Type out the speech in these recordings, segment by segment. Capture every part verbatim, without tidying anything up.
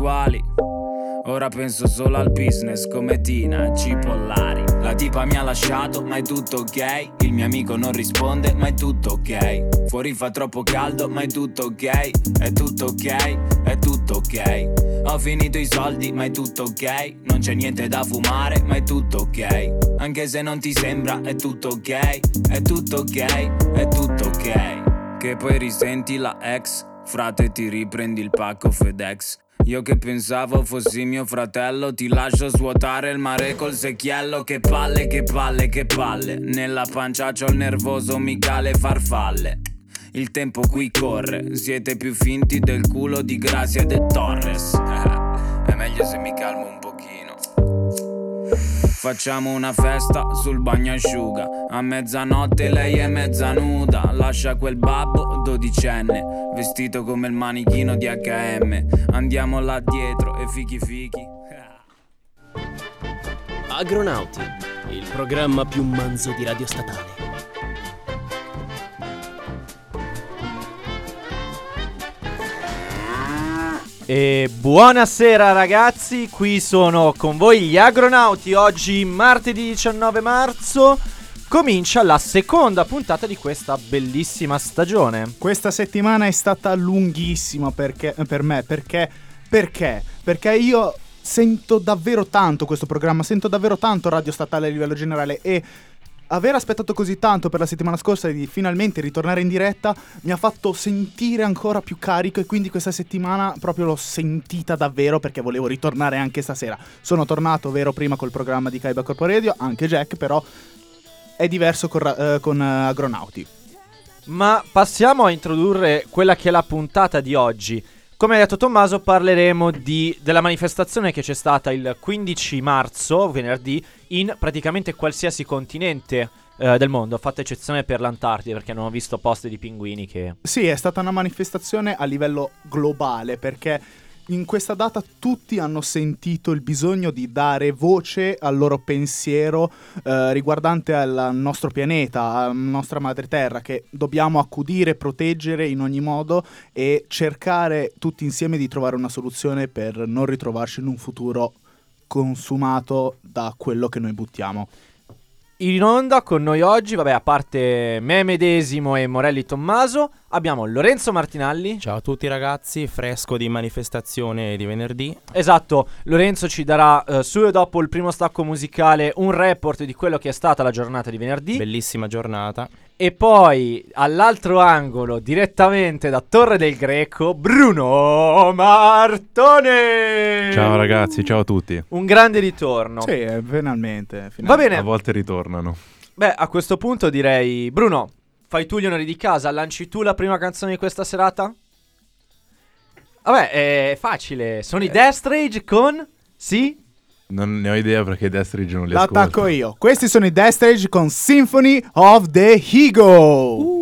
quali. Ora penso solo al business come Tina e Cipollari. La tipa mi ha lasciato ma è tutto ok. Il mio amico non risponde ma è tutto ok. Fuori fa troppo caldo ma è tutto ok. È tutto ok, è tutto ok. Ho finito i soldi ma è tutto ok. Non c'è niente da fumare ma è tutto ok. Anche se non ti sembra è tutto ok. È tutto ok, è tutto ok. Che poi risenti la ex, frate ti riprendi il pacco FedEx. Io che pensavo fossi mio fratello, ti lascio svuotare il mare col secchiello. Che palle, che palle, che palle. Nella pancia c'ho il nervoso micale farfalle. Il tempo qui corre, siete più finti del culo di Grazia e De Torres. È meglio se mi calmo un pochino. Facciamo una festa sul bagnasciuga. A mezzanotte lei è mezza nuda. Lascia quel babbo dodicenne, vestito come il manichino di acca emme. Andiamo là dietro e fichi fichi. Agronauti, il programma più manzo di Radio Statale. E buonasera ragazzi, qui sono con voi gli Agronauti. Oggi martedì diciannove marzo comincia la seconda puntata di questa bellissima stagione. Questa settimana è stata lunghissima perché, per me, perché, perché, perché io sento davvero tanto questo programma, sento davvero tanto Radio Statale a livello generale e aver aspettato così tanto per la settimana scorsa di finalmente ritornare in diretta mi ha fatto sentire ancora più carico e quindi questa settimana proprio l'ho sentita davvero perché volevo ritornare anche stasera. Sono tornato, vero, prima col programma di Kaiba Corpo Radio, anche Jack, però è diverso con, uh, con uh, Agronauti. Ma passiamo a introdurre quella che è la puntata di oggi. Come ha detto Tommaso, parleremo di, della manifestazione che c'è stata il quindici marzo, venerdì, in praticamente qualsiasi continente eh, del mondo, fatta eccezione per l'Antartide, perché non ho visto poste di pinguini che... Sì, è stata una manifestazione a livello globale, perché in questa data tutti hanno sentito il bisogno di dare voce al loro pensiero eh, riguardante al nostro pianeta, alla nostra madre terra, che dobbiamo accudire, proteggere in ogni modo e cercare tutti insieme di trovare una soluzione per non ritrovarci in un futuro consumato da quello che noi buttiamo. In onda con noi oggi, vabbè, a parte me medesimo e Morelli Tommaso, abbiamo Lorenzo Martinalli. Ciao a tutti ragazzi, fresco di manifestazione di venerdì. Esatto, Lorenzo ci darà uh, su e dopo il primo stacco musicale un report di quello che è stata la giornata di venerdì. Bellissima giornata. E poi all'altro angolo, direttamente da Torre del Greco, Bruno Martone. Ciao ragazzi, ciao a tutti. Un grande ritorno. Sì, eh, finalmente, finalmente. Va bene. A volte ritornano. Beh, a questo punto direi, Bruno, fai tu gli onori di casa, lanci tu la prima canzone di questa serata? Vabbè, è facile, sono i Death Rage con... Sì? Non ne ho idea perché Death Rage non li ascolto. L'attacco io. Questi sono i Death Rage con Symphony of the Eagle. Uh.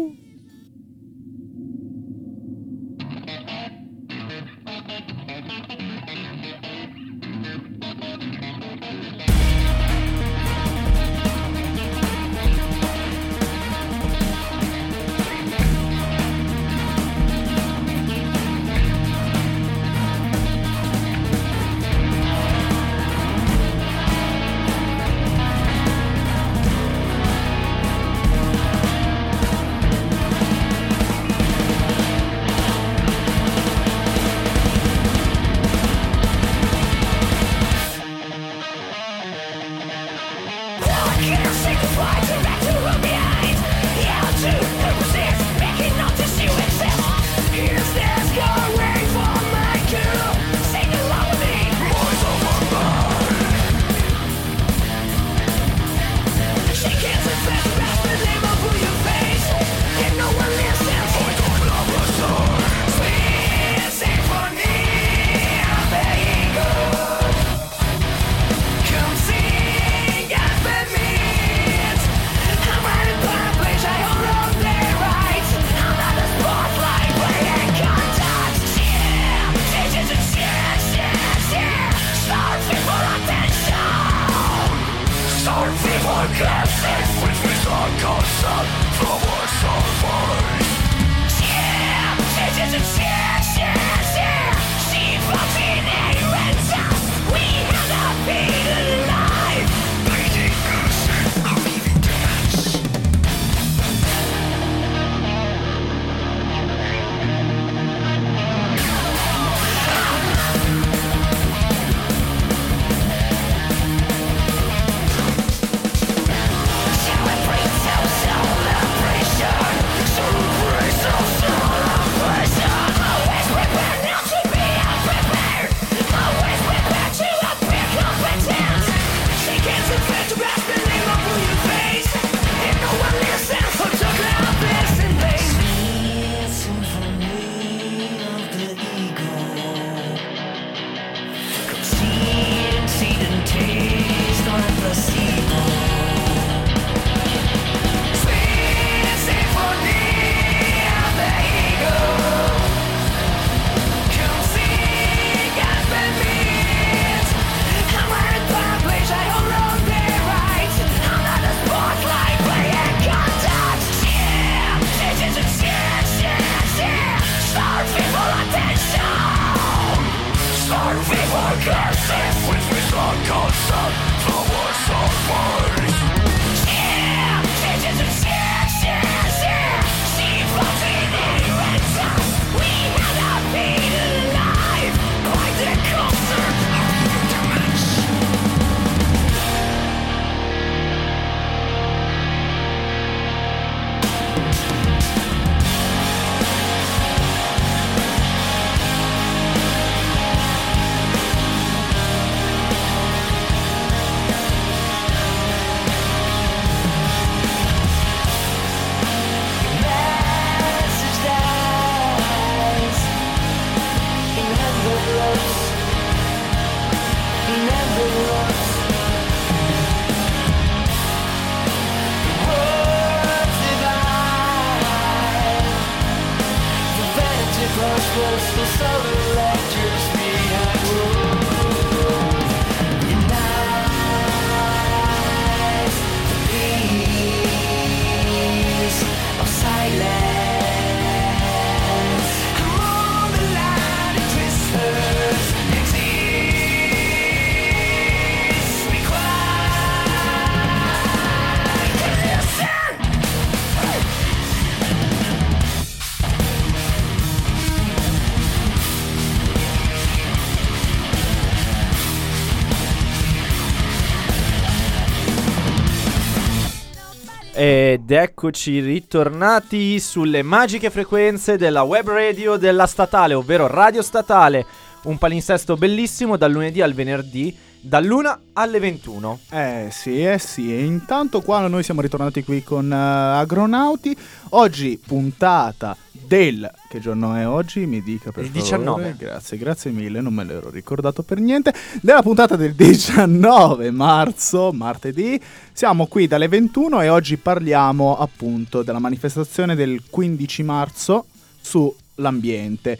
Ed eccoci ritornati sulle magiche frequenze della web radio della statale, ovvero Radio Statale, un palinsesto bellissimo dal lunedì al venerdì, dall'una alle ventuno. Eh sì, eh sì, e intanto qua noi siamo ritornati qui con uh, Agronauti. Oggi puntata del... che giorno è oggi? Mi dica per il favore. diciannove. Grazie, grazie mille, non me l'ero ricordato per niente. Della puntata del diciannove marzo, martedì. Siamo qui dalle ventuno e oggi parliamo appunto della manifestazione del quindici marzo sull'ambiente.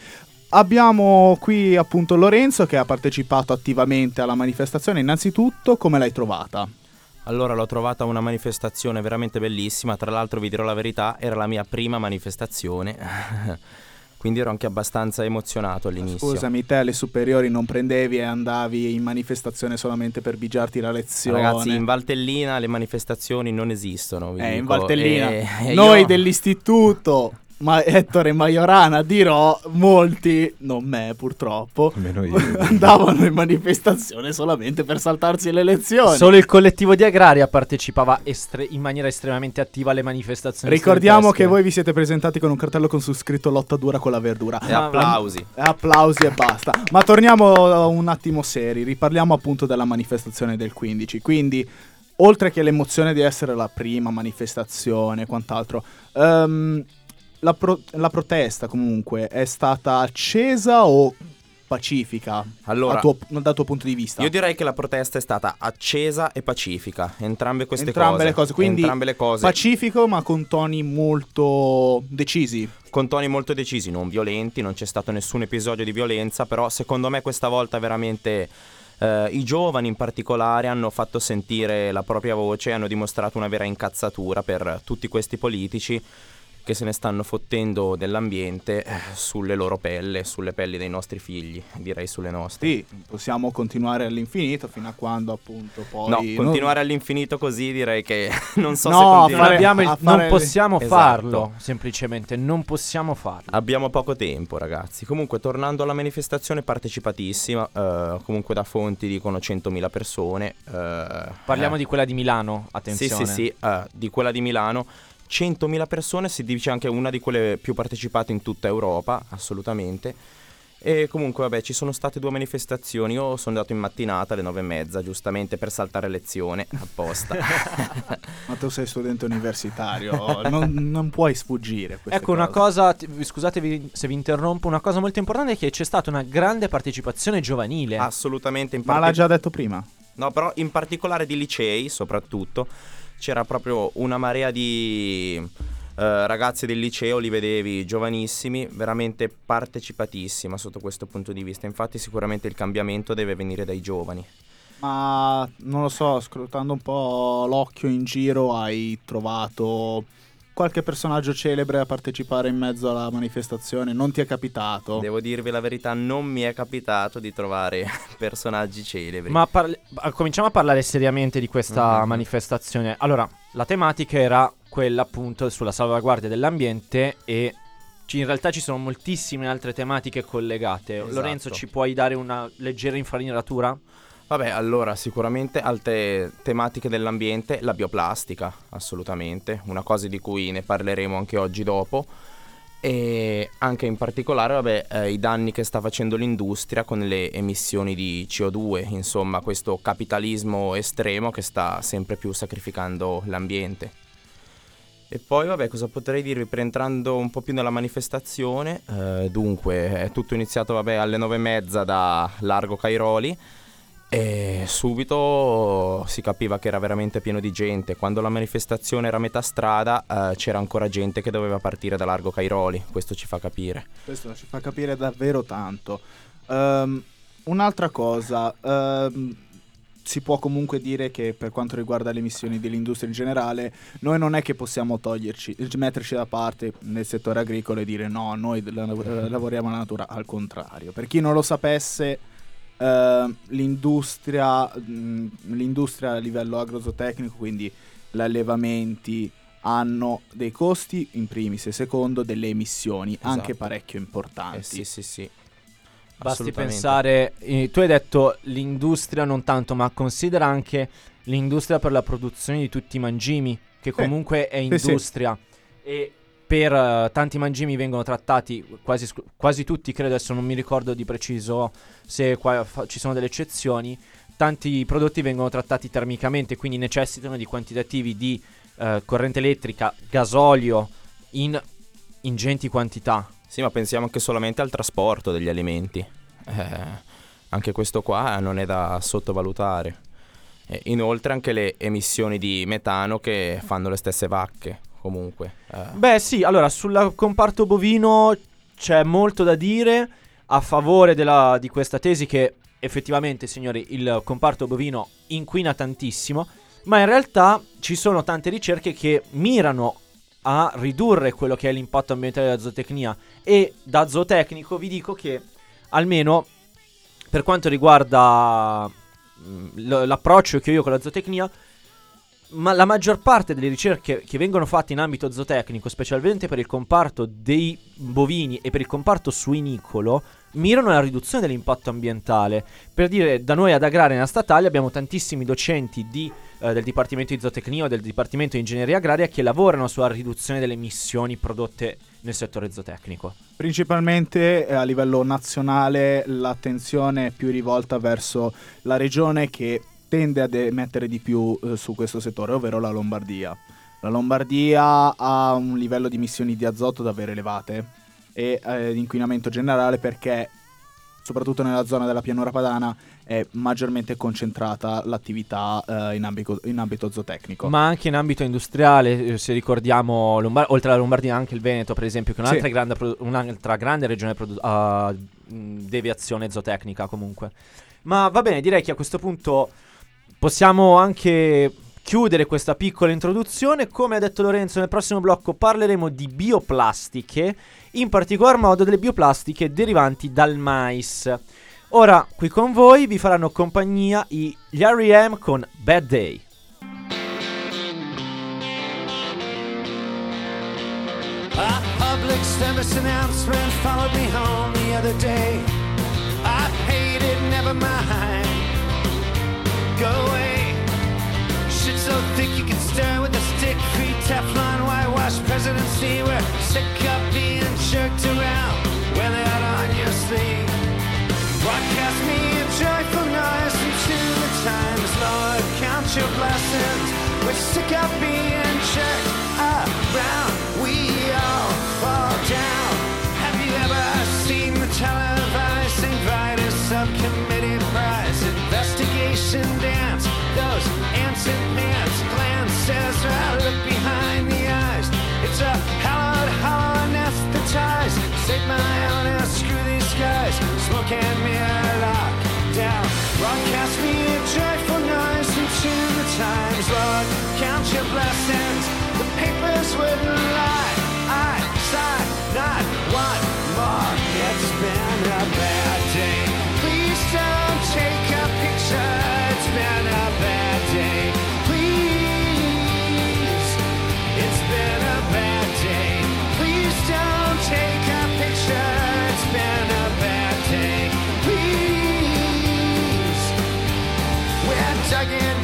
Abbiamo qui appunto Lorenzo che ha partecipato attivamente alla manifestazione. Innanzitutto, come l'hai trovata? Allora, l'ho trovata una manifestazione veramente bellissima. Tra l'altro, vi dirò la verità, era la mia prima manifestazione. Quindi ero anche abbastanza emozionato all'inizio. Scusami, te alle superiori non prendevi e andavi in manifestazione solamente per bigiarti la lezione? Ragazzi, in Valtellina le manifestazioni non esistono. Vi eh, dico. in Valtellina. E, e Noi io... dell'istituto... Ma Ettore Majorana dirò, molti, non me purtroppo, io, andavano in manifestazione solamente per saltarsi le lezioni. Solo il collettivo di Agraria partecipava estre- in maniera estremamente attiva alle manifestazioni. Ricordiamo studentesche. che voi vi siete presentati con un cartello con su scritto lotta dura con la verdura. E applausi. E applausi e basta. Ma torniamo un attimo seri, riparliamo appunto della manifestazione del quindici. Quindi, oltre che l'emozione di essere la prima manifestazione e quant'altro, um, La, pro- la protesta comunque è stata accesa o pacifica? Allora, tuo, dal tuo punto di vista? Io direi che la protesta è stata accesa e pacifica, entrambe queste entrambe cose. le cose, quindi entrambe le cose. Pacifico ma con toni molto decisi. Con toni molto decisi, non violenti, non c'è stato nessun episodio di violenza, però secondo me questa volta veramente eh, i giovani in particolare hanno fatto sentire la propria voce e hanno dimostrato una vera incazzatura per tutti questi politici che se ne stanno fottendo dell'ambiente eh, sulle loro pelle, sulle pelli dei nostri figli, direi sulle nostre. Sì, possiamo continuare all'infinito fino a quando appunto poi... No, non... continuare all'infinito così direi che non so No, se Non, continuare. fare- abbiamo il- a fare non possiamo le- farlo, Esatto. semplicemente non possiamo farlo. Abbiamo poco tempo, ragazzi. Comunque, tornando alla manifestazione, partecipatissima, eh, comunque da fonti dicono centomila persone. eh, Parliamo eh, di quella di Milano, Sì, attenzione. sì, sì, eh, di quella di Milano. centomila persone, si dice anche una di quelle più partecipate in tutta Europa, assolutamente. E comunque vabbè, ci sono state due manifestazioni. Io sono andato in mattinata alle nove e mezza, giustamente per saltare lezione apposta. Ma tu sei studente universitario, non, non puoi sfuggire queste Ecco, una cose. cosa, ti- scusatevi se vi interrompo, una cosa molto importante è che c'è stata una grande partecipazione giovanile. Assolutamente. In Ma l'ha partic- già detto prima? No, però in particolare di licei, soprattutto, c'era proprio una marea di eh, ragazzi del liceo, li vedevi giovanissimi, veramente partecipatissima sotto questo punto di vista. Infatti sicuramente il cambiamento deve venire dai giovani. Ma non lo so, scrutando un po' l'occhio in giro hai trovato qualche personaggio celebre a partecipare in mezzo alla manifestazione? Non ti è capitato? Devo dirvi la verità, non mi è capitato di trovare personaggi celebri. Ma parli- cominciamo a parlare seriamente di questa Mhm. manifestazione. Allora, la tematica era quella appunto sulla salvaguardia dell'ambiente e ci- in realtà ci sono moltissime altre tematiche collegate. Esatto. Lorenzo, ci puoi dare una leggera infarinatura? Vabbè, allora sicuramente altre tematiche dell'ambiente, la bioplastica, assolutamente, una cosa di cui ne parleremo anche oggi dopo, e anche in particolare, vabbè, eh, i danni che sta facendo l'industria con le emissioni di C O due, insomma, questo capitalismo estremo che sta sempre più sacrificando l'ambiente. E poi, vabbè, cosa potrei dirvi, per entrando un po' più nella manifestazione, eh, dunque, è tutto iniziato, vabbè, alle nove e mezza da Largo Cairoli, e subito si capiva che era veramente pieno di gente. Quando la manifestazione era a metà strada, eh, c'era ancora gente che doveva partire da Largo Cairoli. Questo ci fa capire. Questo ci fa capire davvero tanto. Ehm, un'altra cosa, ehm, si può comunque dire che per quanto riguarda le emissioni dell'industria in generale, noi non è che possiamo toglierci, metterci da parte nel settore agricolo e dire no, noi la- eh, lavoriamo alla natura. Al contrario, per chi non lo sapesse, eh, l'industria, mh, l'industria a livello agrozootecnico, quindi gli allevamenti, hanno dei costi in primis e secondo delle emissioni anche Esatto. parecchio importanti. Eh sì, sì, sì. Basti Assolutamente. pensare, eh, tu hai detto l'industria non tanto, ma considera anche l'industria per la produzione di tutti i mangimi, che Sì. comunque è Sì, sì. industria. E per eh, tanti mangimi vengono trattati, quasi, sc- quasi tutti, credo, adesso non mi ricordo di preciso se qua fa- ci sono delle eccezioni, tanti prodotti vengono trattati termicamente, quindi necessitano di quantitativi di eh, corrente elettrica, gasolio in ingenti quantità. Sì, ma pensiamo anche solamente al trasporto degli alimenti. Eh, anche questo qua non è da sottovalutare. E inoltre anche le emissioni di metano che fanno le stesse vacche, comunque. Eh, Beh sì, allora sul comparto bovino c'è molto da dire a favore della- di questa tesi che effettivamente, signori, il comparto bovino inquina tantissimo, ma in realtà ci sono tante ricerche che mirano a ridurre quello che è l'impatto ambientale della zootecnia, e da zootecnico vi dico che almeno per quanto riguarda mm, l- l'approccio che ho io con la zootecnia, ma la maggior parte delle ricerche che vengono fatte in ambito zootecnico, specialmente per il comparto dei bovini e per il comparto suinicolo, mirano alla riduzione dell'impatto ambientale. Per dire, da noi ad Agraria nella statale abbiamo tantissimi docenti di, eh, del Dipartimento di Zootecnia o del Dipartimento di Ingegneria Agraria che lavorano sulla riduzione delle emissioni prodotte nel settore zootecnico. Principalmente eh, a livello nazionale l'attenzione è più rivolta verso la regione che tende ad emettere di più eh, su questo settore, ovvero la Lombardia. La Lombardia ha un livello di emissioni di azoto davvero elevate e eh, di inquinamento generale, perché soprattutto nella zona della pianura padana è maggiormente concentrata l'attività eh, in, ambito, in ambito zootecnico. Ma anche in ambito industriale, eh, se ricordiamo, Lombar- oltre alla Lombardia anche il Veneto, per esempio, che è un'altra, Sì. grande, produ- un'altra grande regione produ- a mh, deviazione zootecnica comunque. Ma va bene, direi che a questo punto possiamo anche chiudere questa piccola introduzione. Come ha detto Lorenzo, nel prossimo blocco parleremo di bioplastiche, in particolar modo delle bioplastiche derivanti dal mais. Ora, qui con voi vi faranno compagnia i- gli R E M con Bad Day. A public service announcement followed me home the other day. I hate it, never mind. Go away. Shit so thick you can stir with a stick. Free Teflon, whitewash presidency. We're sick of being jerked around. Wear that on your sleeve. Broadcast me a joyful noise into the times. Lord, count your blessings. We're sick of being jerked around. We all fall down. Have you ever seen the televised Inviter Subcommittee Prize Investigation dance? Those ants and pants glances, I look behind the eyes. It's a hallowed, hollow anesthetized. Save my honor, screw these guys. Smoke and mirror lock down. Broadcast me a joyful noise into the times. Lord, count your blessings. The papers wouldn't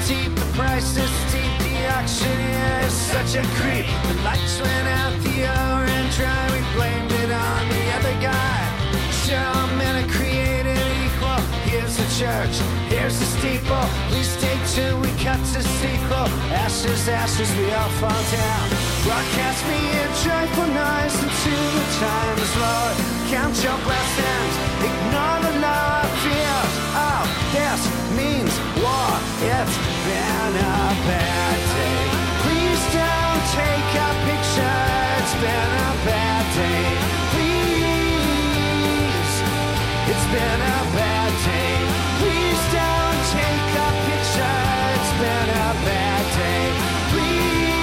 deep, the price is steep, the auctioneer is such a creep. The lights went out, the hour ran dry, we blamed it on the other guy. Sure, all men are created equal. Here's the church, here's the steeple. Please stay tuned, we cut to sequel. Ashes, ashes, we all fall down. Broadcast me in joyful noise into the times, Lord. Count your blessings, ignore the law of fears. Oh, this means war. It's been a bad day. Please don't take a picture. It's been a bad day. Please, it's been a bad day. Please don't take a picture. It's been a bad day. Please.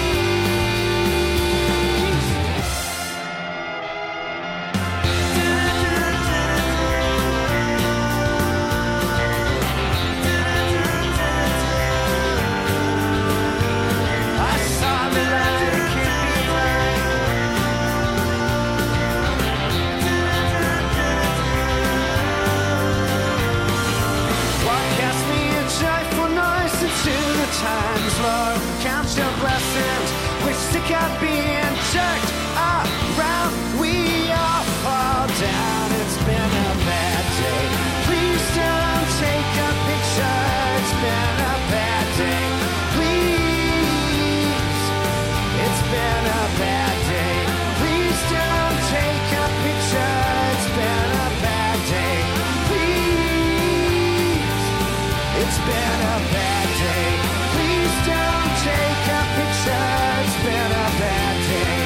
I saw the light, it can't be right. Broadcast me a joyful noise into the times, Lord. Count your blessings, which stick out being jerked around. We all fall down. It's been a bad day. Please don't take a picture. It's been a bad day. Please, it's been a bad day. Please don't take a picture. It's been a bad day. Please, it's been a bad day. Please don't take a picture. It's been a bad day.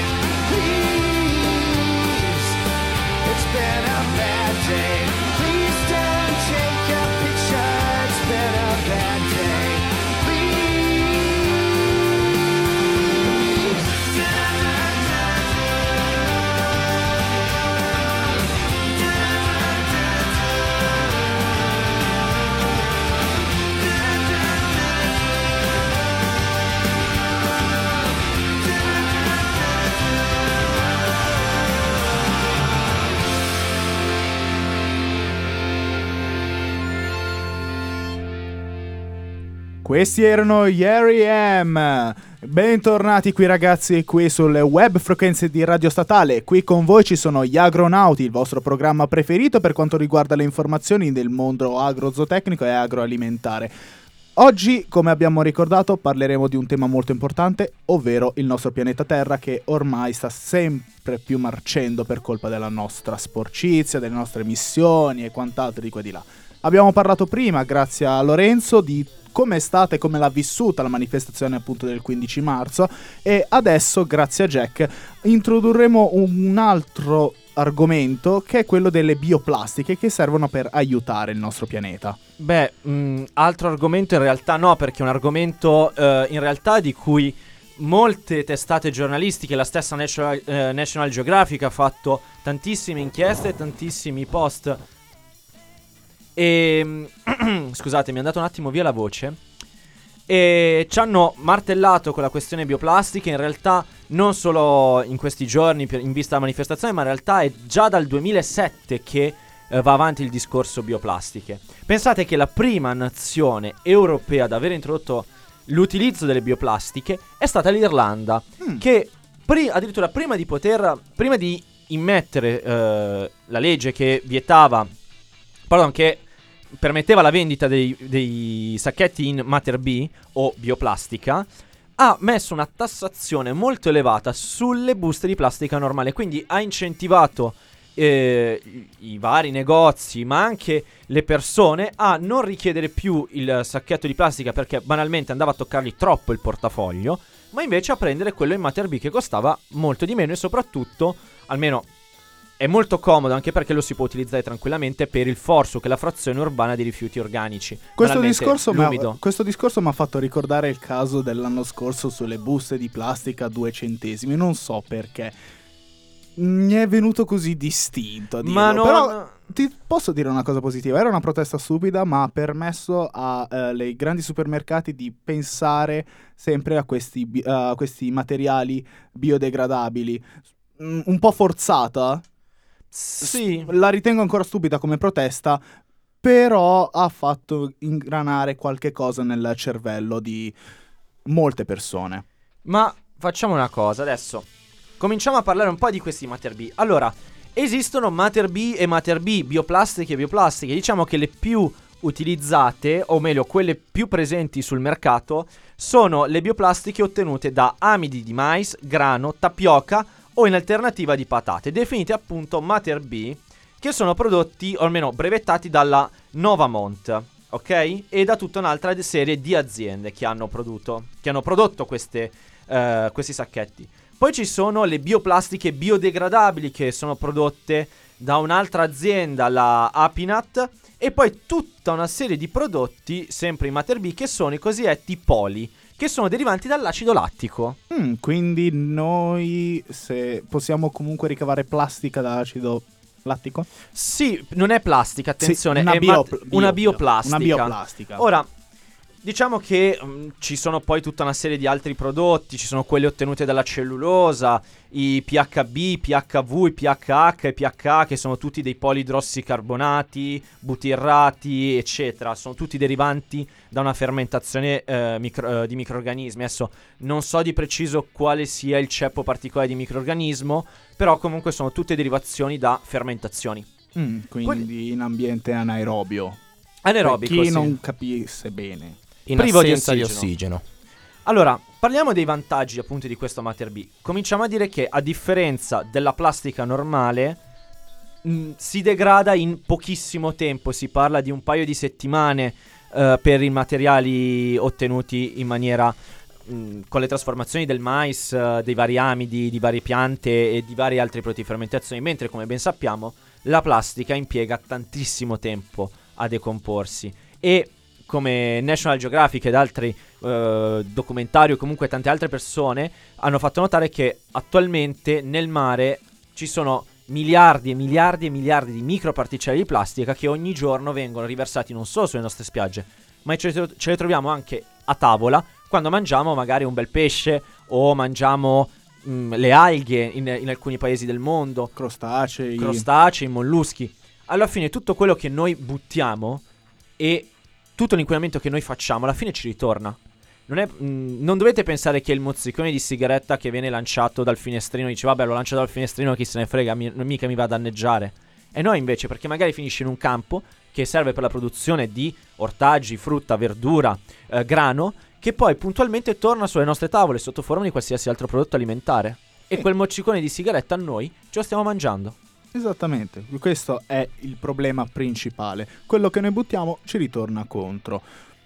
Please, it's been a bad day. Please don't take a picture. It's been a bad day. Questi erano gli R E M. Bentornati qui ragazzi, qui sulle web frequenze di Radio Statale. Qui con voi ci sono gli Agronauti, il vostro programma preferito per quanto riguarda le informazioni del mondo agrozootecnico e agroalimentare. Oggi, come abbiamo ricordato, parleremo di un tema molto importante, ovvero il nostro pianeta Terra, che ormai sta sempre più marcendo per colpa della nostra sporcizia, delle nostre emissioni e quant'altro di qua e di là. Abbiamo parlato prima, grazie a Lorenzo, di come è stata e come l'ha vissuta la manifestazione appunto del quindici marzo, e adesso, grazie a Jack, introdurremo un altro argomento, che è quello delle bioplastiche che servono per aiutare il nostro pianeta. Beh, mh, altro argomento in realtà no, perché è un argomento eh, in realtà di cui molte testate giornalistiche, la stessa National, eh, National Geographic ha fatto tantissime inchieste, tantissimi post. E scusate, mi è andato un attimo via la voce. E ci hanno martellato con la questione bioplastiche, in realtà non solo in questi giorni per, in vista della manifestazione, ma in realtà è già dal duemilasette che eh, va avanti il discorso bioplastiche. Pensate che la prima nazione europea ad aver introdotto l'utilizzo delle bioplastiche è stata l'Irlanda, mm. che pri- addirittura prima di poter, prima di immettere eh, la legge che vietava, pardon, che permetteva la vendita dei, dei sacchetti in Mater B o bioplastica, ha messo una tassazione molto elevata sulle buste di plastica normale, quindi ha incentivato eh, i, i vari negozi, ma anche le persone, a non richiedere più il sacchetto di plastica perché banalmente andava a toccargli troppo il portafoglio, ma invece a prendere quello in Mater B che costava molto di meno e soprattutto, almeno è molto comodo, anche perché lo si può utilizzare tranquillamente per il Forsu, che è la frazione urbana di rifiuti organici. Questo discorso, questo discorso mi ha fatto ricordare il caso dell'anno scorso sulle buste di plastica a due centesimi. Non so perché mi è venuto così distinto a dirlo. Ma non... Però ti posso dire una cosa positiva. Era una protesta stupida, ma ha permesso ai uh, grandi supermercati di pensare sempre a questi, uh, questi materiali biodegradabili. Un po' forzata. Sì, la ritengo ancora stupida come protesta, però ha fatto ingranare qualche cosa nel cervello di molte persone. Ma facciamo una cosa adesso. Cominciamo a parlare un po' di questi Mater B. Allora, esistono Mater B e Mater B, bioplastiche e bioplastiche. Diciamo che le più utilizzate, o meglio quelle più presenti sul mercato, sono le bioplastiche ottenute da amidi di mais, grano, tapioca o in alternativa di patate, definite appunto Mater B, che sono prodotti, o almeno brevettati, dalla Novamont, ok? E da tutta un'altra serie di aziende che hanno prodotto, che hanno prodotto queste, uh, questi sacchetti. Poi ci sono le bioplastiche biodegradabili che sono prodotte da un'altra azienda, la Apinat, e poi tutta una serie di prodotti, sempre in Mater B, che sono i cosiddetti poli, che sono derivanti dall'acido lattico. Mm, quindi noi se possiamo comunque ricavare plastica dall'acido lattico? Sì, non è plastica, attenzione, Sì, una è bio- mat- bio- una bioplastica. Una bioplastica. Ora, diciamo che mh, ci sono poi tutta una serie di altri prodotti, ci sono quelli ottenuti dalla cellulosa, i P H B, P H V, i P H H e P H A, che sono tutti dei polidrossicarbonati, butirrati, eccetera. Sono tutti derivanti da una fermentazione eh, micro, eh, di microrganismi. Adesso non so di preciso quale sia il ceppo particolare di microrganismo, però comunque sono tutte derivazioni da fermentazioni. Mm, quindi Poi- in ambiente anaerobio. Anaerobico, Per chi sì. non capisse bene. In Privo di assenza di ossigeno. ossigeno. Allora, parliamo dei vantaggi appunto di questo Mater B. Cominciamo a dire che a differenza della plastica normale mh, si degrada in pochissimo tempo, si parla di un paio di settimane eh, per i materiali ottenuti in maniera mh, con le trasformazioni del mais, eh, dei vari amidi, di varie piante e di vari altri prodotti di fermentazione, mentre come ben sappiamo la plastica impiega tantissimo tempo a decomporsi e come National Geographic ed altri eh, documentari o comunque tante altre persone hanno fatto notare che attualmente nel mare ci sono miliardi e miliardi e miliardi di microparticelle di plastica che ogni giorno vengono riversati non solo sulle nostre spiagge, ma ce le, ce le troviamo anche a tavola quando mangiamo magari un bel pesce o mangiamo mh, le alghe in, in alcuni paesi del mondo, Crostacei. crostacei, molluschi. Alla fine tutto quello che noi buttiamo e tutto l'inquinamento che noi facciamo alla fine ci ritorna. Non, è, mh, non dovete pensare che il mozzicone di sigaretta che viene lanciato dal finestrino dice vabbè lo lancio dal finestrino, chi se ne frega, mi, non mica mi va a danneggiare. E no invece, perché magari finisce in un campo che serve per la produzione di ortaggi, frutta, verdura, eh, grano, che poi puntualmente torna sulle nostre tavole sotto forma di qualsiasi altro prodotto alimentare. E Sì. quel mozzicone di sigaretta noi ce lo stiamo mangiando. Esattamente, questo è il problema principale. Quello che noi buttiamo ci ritorna contro.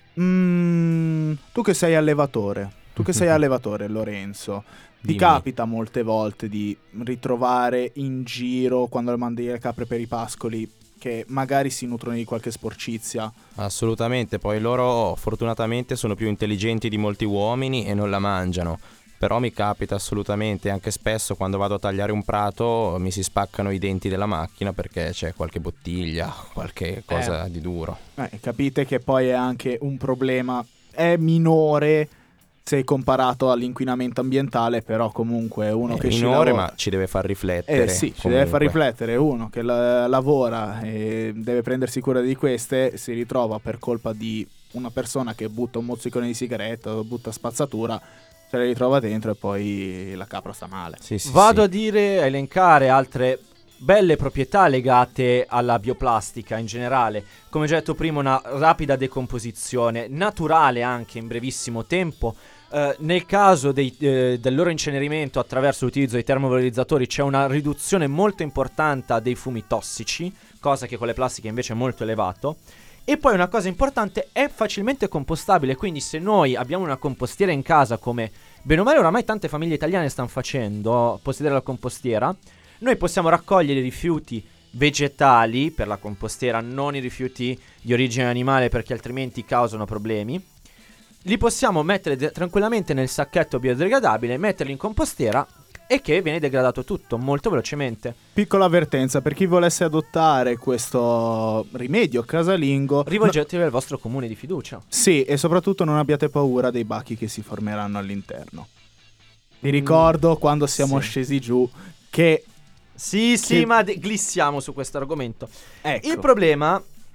Mm, tu che sei allevatore, tu che sei allevatore Lorenzo, ti Dimmi. capita molte volte di ritrovare in giro quando le mandi le capre per i pascoli che magari si nutrono di qualche sporcizia? Assolutamente, poi loro fortunatamente sono più intelligenti di molti uomini e non la mangiano. Però mi capita assolutamente, anche spesso quando vado a tagliare un prato mi si spaccano i denti della macchina perché c'è qualche bottiglia, qualche cosa di duro. Eh, capite che poi è anche un problema, è minore se comparato all'inquinamento ambientale, però comunque uno È che ci minore lavora... ma ci deve far riflettere. Eh sì, ci comunque. deve far riflettere. Uno che la- lavora e deve prendersi cura di queste, si ritrova per colpa di una persona che butta un mozzicone di sigaretta o butta spazzatura, se le ritrova dentro e poi la capra sta male. Sì, sì, Vado sì. a dire, a elencare altre belle proprietà legate alla bioplastica in generale. Come già detto prima, una rapida decomposizione, naturale anche in brevissimo tempo. Eh, nel caso dei, eh, del loro incenerimento attraverso l'utilizzo dei termovalorizzatori c'è una riduzione molto importante dei fumi tossici, cosa che con le plastiche invece è molto elevato. E poi una cosa importante, è facilmente compostabile, quindi se noi abbiamo una compostiera in casa, come bene o male oramai tante famiglie italiane stanno facendo, possedere la compostiera, noi possiamo raccogliere i rifiuti vegetali per la compostiera, non i rifiuti di origine animale perché altrimenti causano problemi. Li possiamo mettere de- tranquillamente nel sacchetto biodegradabile, metterli in compostiera e che viene degradato tutto molto velocemente. Piccola avvertenza, per chi volesse adottare questo rimedio casalingo, Rivolgetevi al vostro comune di fiducia. sì, e soprattutto non abbiate paura dei bachi che si formeranno all'interno. Vi Mm, ricordo quando siamo sì. scesi giù che... Sì, sì, Che- ma de- glissiamo su questo argomento. Ecco, Il problema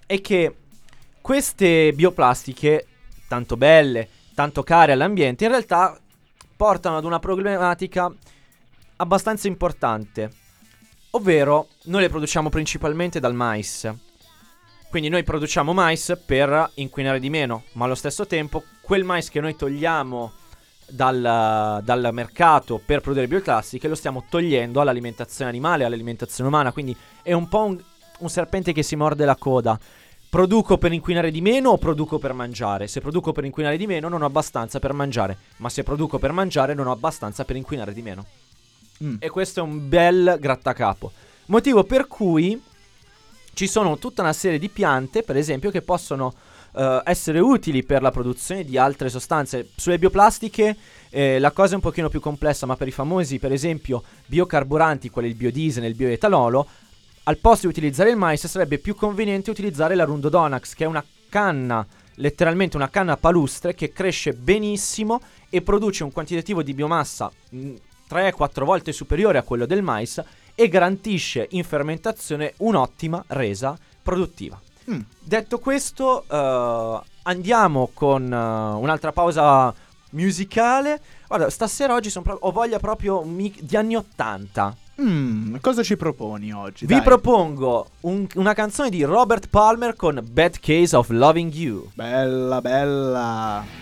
è che queste bioplastiche, tanto belle, tanto care all'ambiente, in realtà portano ad una problematica abbastanza importante, ovvero noi le produciamo principalmente dal mais. Quindi noi produciamo mais per inquinare di meno, ma allo stesso tempo quel mais che noi togliamo dal, dal mercato per produrre bioplastiche lo stiamo togliendo all'alimentazione animale, all'alimentazione umana, quindi è un po' un, un serpente che si morde la coda. Produco per inquinare di meno o produco per mangiare? Se produco per inquinare di meno non ho abbastanza per mangiare, ma se produco per mangiare non ho abbastanza per inquinare di meno. Mm. E questo è un bel grattacapo. Motivo per cui ci sono tutta una serie di piante, per esempio, che possono uh, essere utili per la produzione di altre sostanze. Sulle bioplastiche eh, la cosa è un pochino più complessa, ma per i famosi, per esempio, biocarburanti, quali il biodiesel e il bioetanolo, al posto di utilizzare il mais sarebbe più conveniente utilizzare la Rundodonax, che è una canna, letteralmente una canna palustre, che cresce benissimo e produce un quantitativo di biomassa tre quattro volte superiore a quello del mais e garantisce in fermentazione un'ottima resa produttiva. Mm. Detto questo, uh, andiamo con uh, un'altra pausa musicale. Guarda, stasera oggi son pro- ho voglia proprio mi- di anni ottanta. Mm, cosa ci proponi oggi? Vi Dai. propongo un- una canzone di Robert Palmer con Bad Case of Loving You. Bella, bella.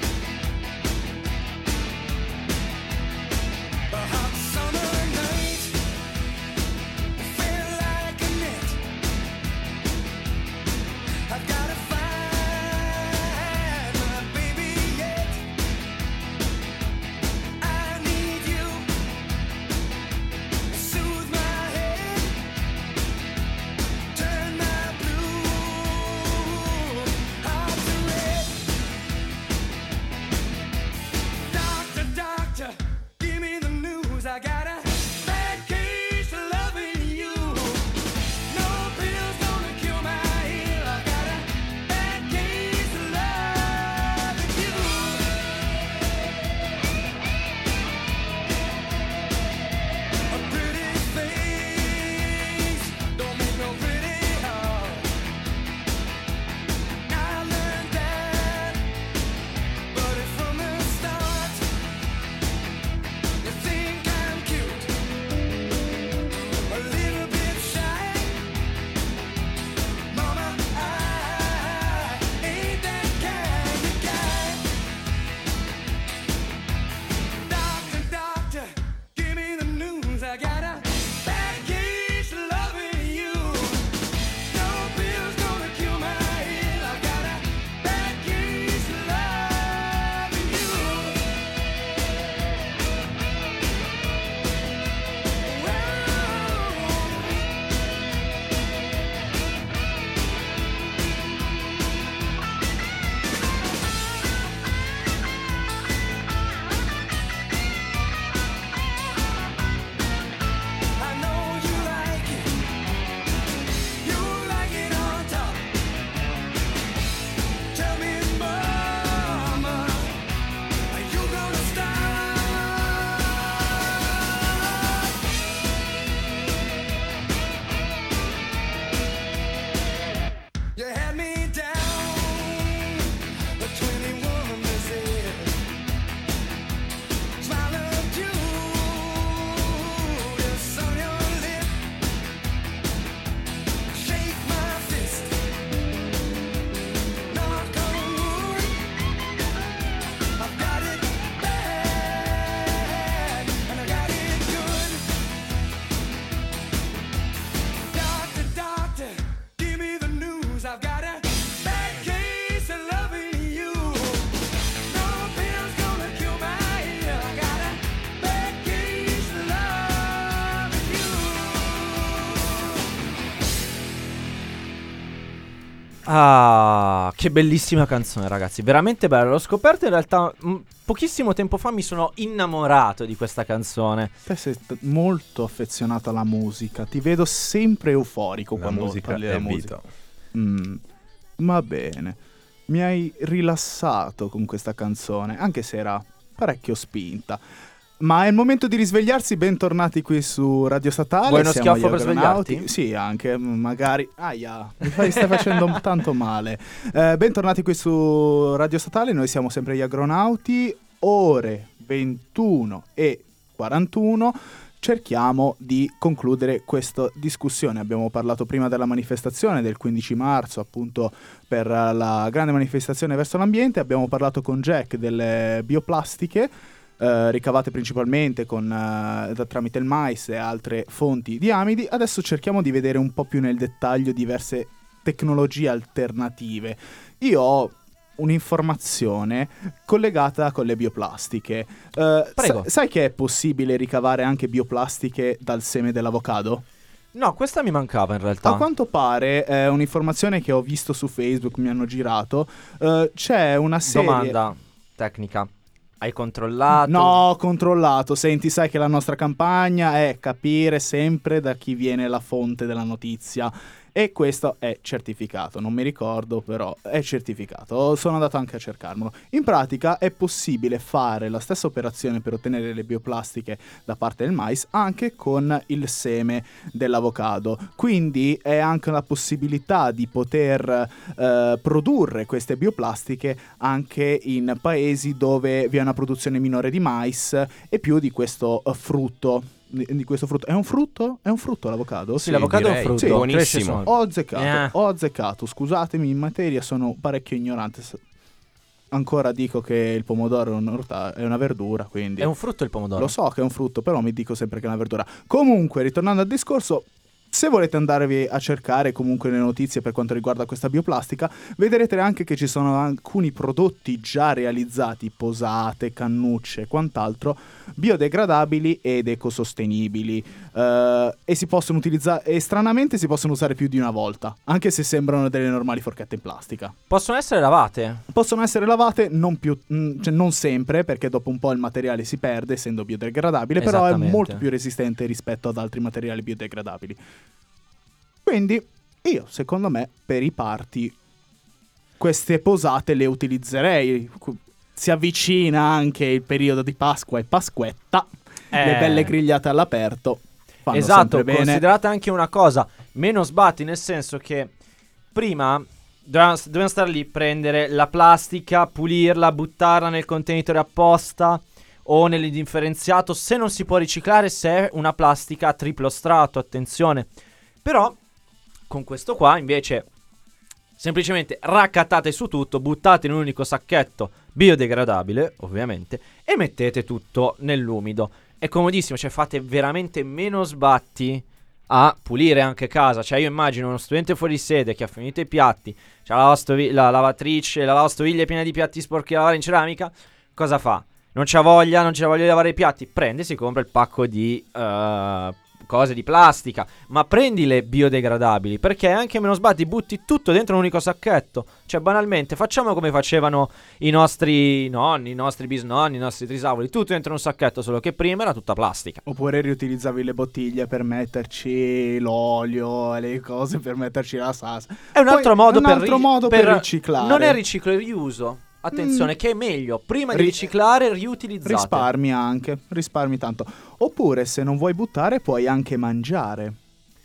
Ah, che bellissima canzone, ragazzi, veramente bella. L'ho scoperta in realtà m- pochissimo tempo fa, mi sono innamorato di questa canzone. Te sei t- molto affezionato alla musica, ti vedo sempre euforico La quando musica parli è della vita. musica. Mm, va bene, mi hai rilassato con questa canzone, anche se era parecchio spinta. Ma è il momento di risvegliarsi, bentornati qui su Radio Statale. Vuoi uno Siamo schiaffo gli per Agronauti. svegliarti? Sì, anche, magari. Aia, mi fai, stai facendo un tanto male. Eh, bentornati qui su Radio Statale, noi siamo sempre gli Agronauti, ore ventuno e quarantuno. Cerchiamo di concludere questa discussione. Abbiamo parlato prima della manifestazione del quindici marzo, appunto per la grande manifestazione verso l'ambiente. Abbiamo parlato con Jack delle bioplastiche, eh, ricavate principalmente con, eh, da, tramite il mais e altre fonti di amidi. Adesso cerchiamo di vedere un po' più nel dettaglio diverse tecnologie alternative. Io ho un'informazione collegata con le bioplastiche. Uh, Prego. Sa- sai che è possibile ricavare anche bioplastiche dal seme dell'avocado? No, questa mi mancava in realtà. A quanto pare, è un'informazione che ho visto su Facebook, mi hanno girato. Uh, c'è una serie. Domanda tecnica. Hai controllato? No, controllato. Senti, sai che la nostra campagna è capire sempre da chi viene la fonte della notizia. E questo è certificato, non mi ricordo, però è certificato. Sono andato anche a cercarmelo. In pratica è possibile fare la stessa operazione per ottenere le bioplastiche da parte del mais anche con il seme dell'avocado. Quindi è anche la possibilità di poter eh, produrre queste bioplastiche anche in paesi dove vi è una produzione minore di mais e più di questo uh, frutto. Di questo frutto. È un frutto? È un frutto l'avocado? Sì, l'avocado direi. è un frutto. Sì, buonissimo. Cresce Ho azzeccato, Eh. ho azzeccato. Scusatemi, in materia sono parecchio ignorante. S- Ancora dico che il pomodoro è, un orta- è una verdura, quindi È un frutto il pomodoro. lo so che è un frutto, però mi dico sempre che è una verdura. Comunque, ritornando al discorso, se volete andarvi a cercare comunque le notizie per quanto riguarda questa bioplastica, vedrete anche che ci sono alcuni prodotti già realizzati, posate, cannucce e quant'altro, biodegradabili ed ecosostenibili, eh, e si possono utilizzare, e stranamente si possono usare più di una volta, anche se sembrano delle normali forchette in plastica. Possono essere lavate? Possono essere lavate, non più, mh, cioè non sempre, perché dopo un po' il materiale si perde essendo biodegradabile, però è Esattamente. molto più resistente rispetto ad altri materiali biodegradabili. Quindi io, secondo me, per i party queste posate le utilizzerei. Si avvicina anche il periodo di Pasqua e Pasquetta, Eh. le belle grigliate all'aperto fanno Esatto, sempre bene. considerate anche una cosa, meno sbatti, nel senso che prima dovevano, dovevano stare lì, prendere la plastica, pulirla, buttarla nel contenitore apposta o nell'indifferenziato, se non si può riciclare, se è una plastica a triplo strato, attenzione. Però con questo qua invece semplicemente raccattate su tutto, buttate in un unico sacchetto biodegradabile, ovviamente, e mettete tutto nell'umido. È comodissimo, cioè fate veramente meno sbatti a pulire anche casa. Cioè io immagino uno studente fuori sede che ha finito i piatti, c'ha la, lavastovi- la lavatrice, la lavastoviglie piena di piatti sporchi da lavare in ceramica, cosa fa? Non c'ha voglia, non c'ha voglia di lavare i piatti, prende, si compra il pacco di uh, cose di plastica, ma prendi le biodegradabili, perché anche meno sbatti, butti tutto dentro un unico sacchetto. Cioè banalmente facciamo come facevano i nostri nonni, i nostri bisnonni, i nostri trisavoli, tutto dentro un sacchetto, solo che prima era tutta plastica. Oppure riutilizzavi le bottiglie per metterci l'olio e le cose per metterci la salsa. È un Poi, altro modo, un per, altro ri- modo per riciclare. Non è riciclo, è riuso. Attenzione, Mm. che è meglio. Prima di Ri- riciclare, riutilizzate. Risparmi anche, risparmi tanto. Oppure se non vuoi buttare puoi anche mangiare.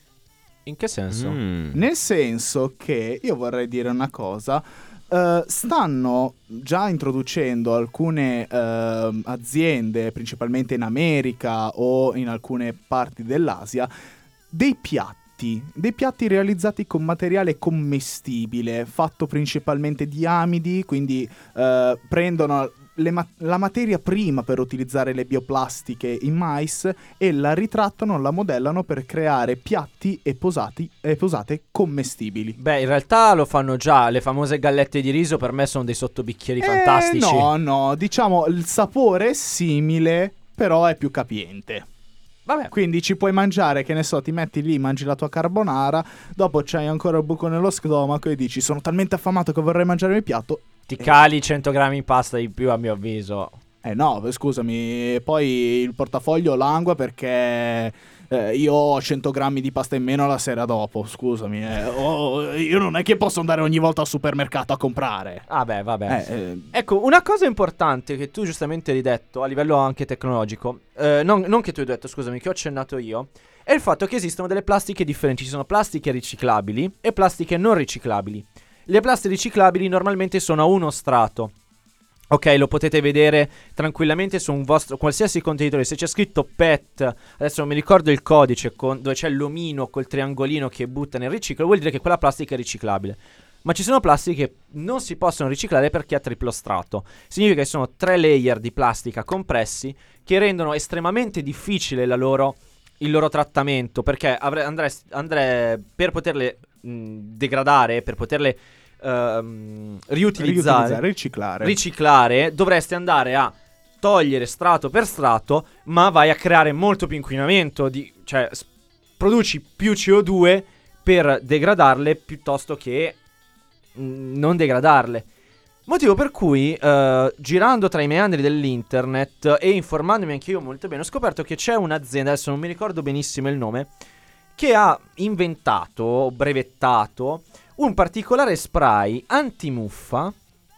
In che senso? Mm. Nel senso che io vorrei dire una cosa. eh, stanno già introducendo alcune eh, aziende, principalmente in America o in alcune parti dell'Asia, dei piatti. Dei piatti realizzati con materiale commestibile, fatto principalmente di amidi, quindi eh, prendono le ma- la materia prima per utilizzare le bioplastiche in mais e la ritrattano, la modellano per creare piatti e, posati, e posate commestibili. Beh, in realtà lo fanno già. Le famose gallette di riso per me sono dei sottobicchieri fantastici. Eh, no, no, diciamo il sapore è simile, però è più capiente. Vabbè. Quindi ci puoi mangiare, che ne so, ti metti lì, mangi la tua carbonara, dopo c'hai ancora il buco nello stomaco e dici sono talmente affamato che vorrei mangiare il piatto. Ti cali cento grammi di pasta di più, a mio avviso. Eh no, scusami, poi il portafoglio langua perché eh, io ho cento grammi di pasta in meno la sera dopo, scusami. Eh. Oh, io non è che posso andare ogni volta al supermercato a comprare. Ah beh, vabbè. Eh, eh. Ecco, una cosa importante che tu giustamente hai detto a livello anche tecnologico, eh, non, non che tu hai detto, scusami, che ho accennato io, è il fatto che esistono delle plastiche differenti. Ci sono plastiche riciclabili e plastiche non riciclabili. Le plastiche riciclabili normalmente sono a uno strato. Ok, lo potete vedere tranquillamente su un vostro qualsiasi contenitore. Se c'è scritto P E T, adesso non mi ricordo il codice, con, dove c'è l'omino col triangolino che butta nel riciclo, vuol dire che quella plastica è riciclabile. Ma ci sono plastiche che non si possono riciclare perché ha triplo strato. Significa che sono tre layer di plastica compressi che rendono estremamente difficile la loro, il loro trattamento, perché avre, andrei, andrei per poterle mh, degradare, per poterle Uh, riutilizzare, riutilizzare, riciclare. riciclare, dovreste andare a togliere strato per strato, ma vai a creare molto più inquinamento, di, cioè s- produci più C O due per degradarle piuttosto che mh, non degradarle. Motivo per cui, uh, girando tra i meandri dell'internet e informandomi anche io molto bene, ho scoperto che c'è un'azienda, adesso non mi ricordo benissimo il nome, che ha inventato, brevettato un particolare spray antimuffa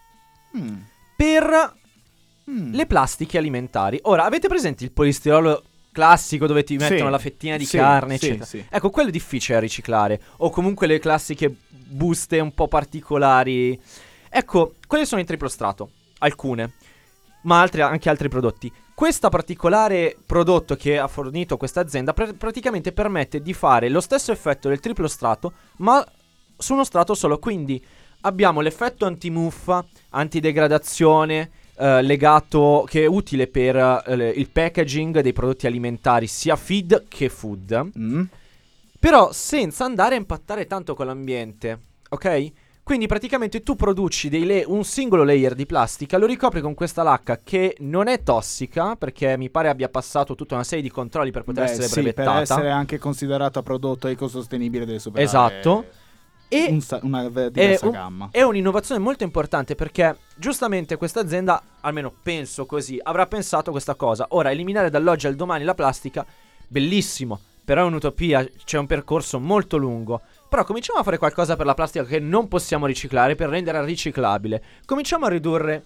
mm. per mm. le plastiche alimentari. Ora, avete presente il polistirolo classico dove ti mettono sì. la fettina di sì, carne, sì, eccetera? sì. Ecco, quello è difficile da riciclare. O comunque le classiche buste un po' particolari. Ecco, quelle sono in triplo strato, alcune, ma altre, anche altri prodotti. Questo particolare prodotto che ha fornito questa azienda pr- praticamente permette di fare lo stesso effetto del triplo strato, ma su uno strato solo. Quindi abbiamo l'effetto antimuffa, antidegradazione, eh, legato, che è utile per eh, il packaging dei prodotti alimentari, sia feed che food, Mm. però senza andare a impattare tanto con l'ambiente, ok? Quindi praticamente tu produci dei le- un singolo layer di plastica, lo ricopri con questa lacca che non è tossica, perché mi pare abbia passato tutta una serie di controlli per poter Beh, essere sì, brevettata. per essere anche considerata prodotto ecosostenibile deve superare Esatto. E un sa- una v- diversa è, un- gamma. è un'innovazione molto importante, perché giustamente questa azienda, almeno penso così, avrà pensato questa cosa. Ora, eliminare dall'oggi al domani la plastica, bellissimo, però è un'utopia, c'è un percorso molto lungo. Però cominciamo a fare qualcosa per la plastica che non possiamo riciclare, per renderla riciclabile. Cominciamo a ridurre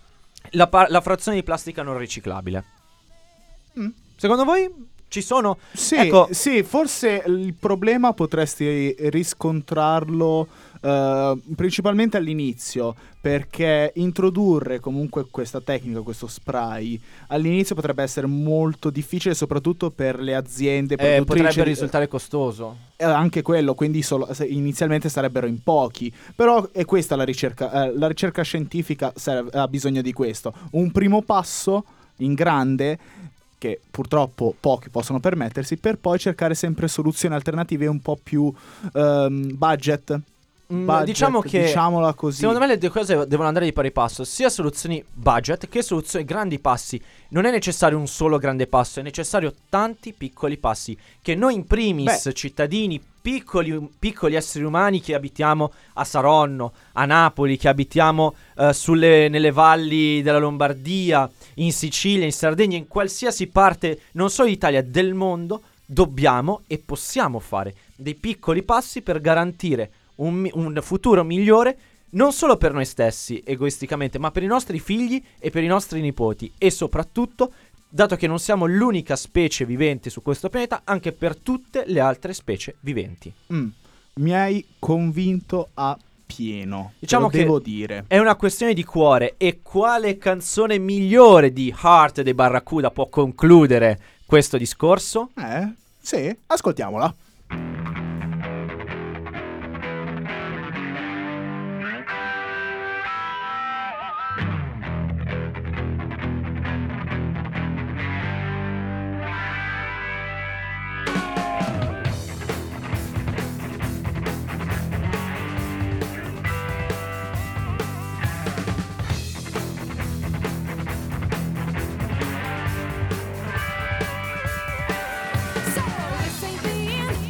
la, pa- la frazione di plastica non riciclabile. Mm. Secondo voi ci sono? Sì, Ecco, sì, forse il problema potresti riscontrarlo eh, principalmente all'inizio, perché introdurre comunque questa tecnica, questo spray, all'inizio potrebbe essere molto difficile, soprattutto per le aziende eh, produttrici. potrebbe risultare costoso. Eh, anche quello, quindi solo, se- inizialmente sarebbero in pochi, però è questa la ricerca, eh, la ricerca scientifica serve- ha bisogno di questo, un primo passo in grande che purtroppo pochi possono permettersi, per poi cercare sempre soluzioni alternative un po' più ehm, budget. Mm, budget, diciamo che diciamola così. secondo me le due cose devono andare di pari passo, sia soluzioni budget che soluzioni grandi passi. Non è necessario un solo grande passo, è necessario tanti piccoli passi che noi in primis, Beh. cittadini, piccoli, piccoli esseri umani che abitiamo a Saronno, a Napoli, che abitiamo eh, sulle, nelle valli della Lombardia, in Sicilia, in Sardegna, in qualsiasi parte, non solo d'Italia, del mondo, dobbiamo e possiamo fare dei piccoli passi per garantire un, mi- un futuro migliore, non solo per noi stessi egoisticamente, ma per i nostri figli e per i nostri nipoti, e soprattutto, dato che non siamo l'unica specie vivente su questo pianeta, anche per tutte le altre specie viventi. Mm, mi hai convinto a pieno, Diciamo te lo che devo dire. è una questione di cuore, e quale canzone migliore di Heart dei Barracuda può concludere questo discorso? Eh, sì, ascoltiamola. So this ain't the end.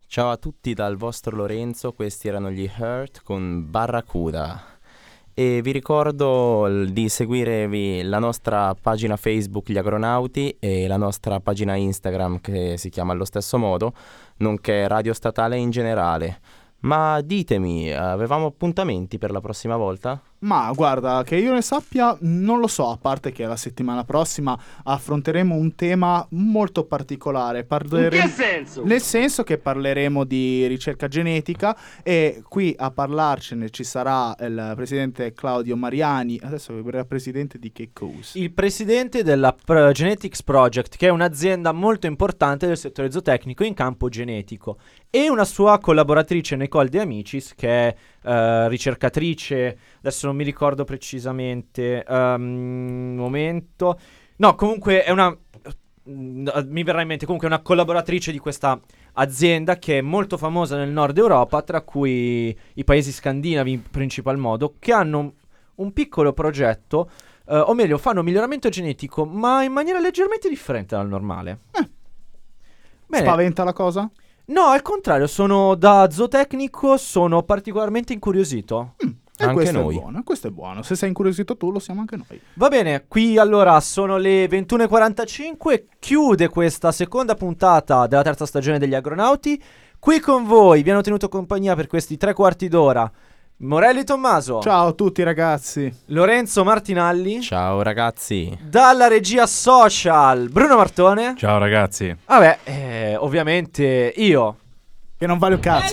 Ciao a tutti dal vostro Lorenzo, questi erano gli Hurt con Barracuda. E vi ricordo l- di seguirvi la nostra pagina Facebook Gli Agronauti e la nostra pagina Instagram che si chiama allo stesso modo, nonché Radio Statale in generale. Ma ditemi, avevamo appuntamenti per la prossima volta? Ma guarda, che io ne sappia, non lo so, a parte che la settimana prossima affronteremo un tema molto particolare. Parleremo... In che senso? Nel senso che parleremo di ricerca genetica e qui a parlarcene ci sarà il presidente Claudio Mariani. Adesso era presidente di che cosa? Il presidente della Pro- Genetics Project, che è un'azienda molto importante del settore zootecnico in campo genetico, e una sua collaboratrice Nicole De Amicis, che è uh, ricercatrice, adesso non mi ricordo precisamente, um, momento, no comunque è una, mi verrà in mente, comunque è una collaboratrice di questa azienda che è molto famosa nel nord Europa, tra cui i paesi scandinavi in principal modo, che hanno un, un piccolo progetto, uh, o meglio fanno miglioramento genetico ma in maniera leggermente differente dal normale. Eh. Bene. Spaventa la cosa? No, al contrario, sono da zootecnico, sono particolarmente incuriosito. Mm, e Anche questo noi. è buono, questo è buono. Se sei incuriosito tu, lo siamo anche noi. Va bene, qui allora sono le ventuno e quarantacinque, chiude questa seconda puntata della terza stagione degli Agronauti. Qui con voi vi hanno tenuto compagnia per questi tre quarti d'ora Morelli Tommaso. Ciao a tutti ragazzi. Lorenzo Martinalli. Ciao ragazzi. Dalla regia social Bruno Martone. Ciao ragazzi. Vabbè, eh, ovviamente io. Che non vale un cazzo.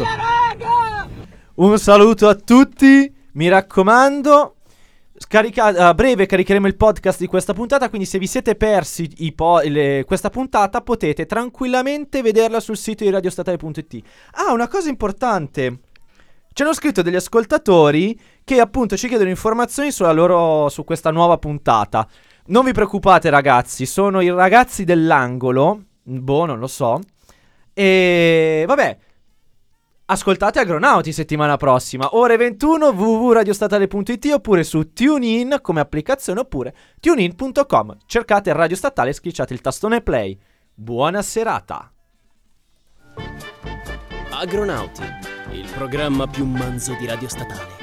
Un saluto a tutti, mi raccomando. Scarica- a breve caricheremo il podcast di questa puntata, quindi se vi siete persi i po- le- questa puntata potete tranquillamente vederla sul sito di radiostatale punto it. Ah, una cosa importante. Ci hanno scritto degli ascoltatori che appunto ci chiedono informazioni sulla loro, su questa nuova puntata. Non vi preoccupate ragazzi, sono i ragazzi dell'angolo. Boh, non lo so. E vabbè, ascoltate Agronauti settimana prossima, ore ventuno, w w w punto radiostatale punto it, oppure su TuneIn come applicazione, oppure tunein punto com. Cercate Radio Statale e schiacciate il tastone play. Buona serata. Agronauti, il programma più manzo di Radio Statale.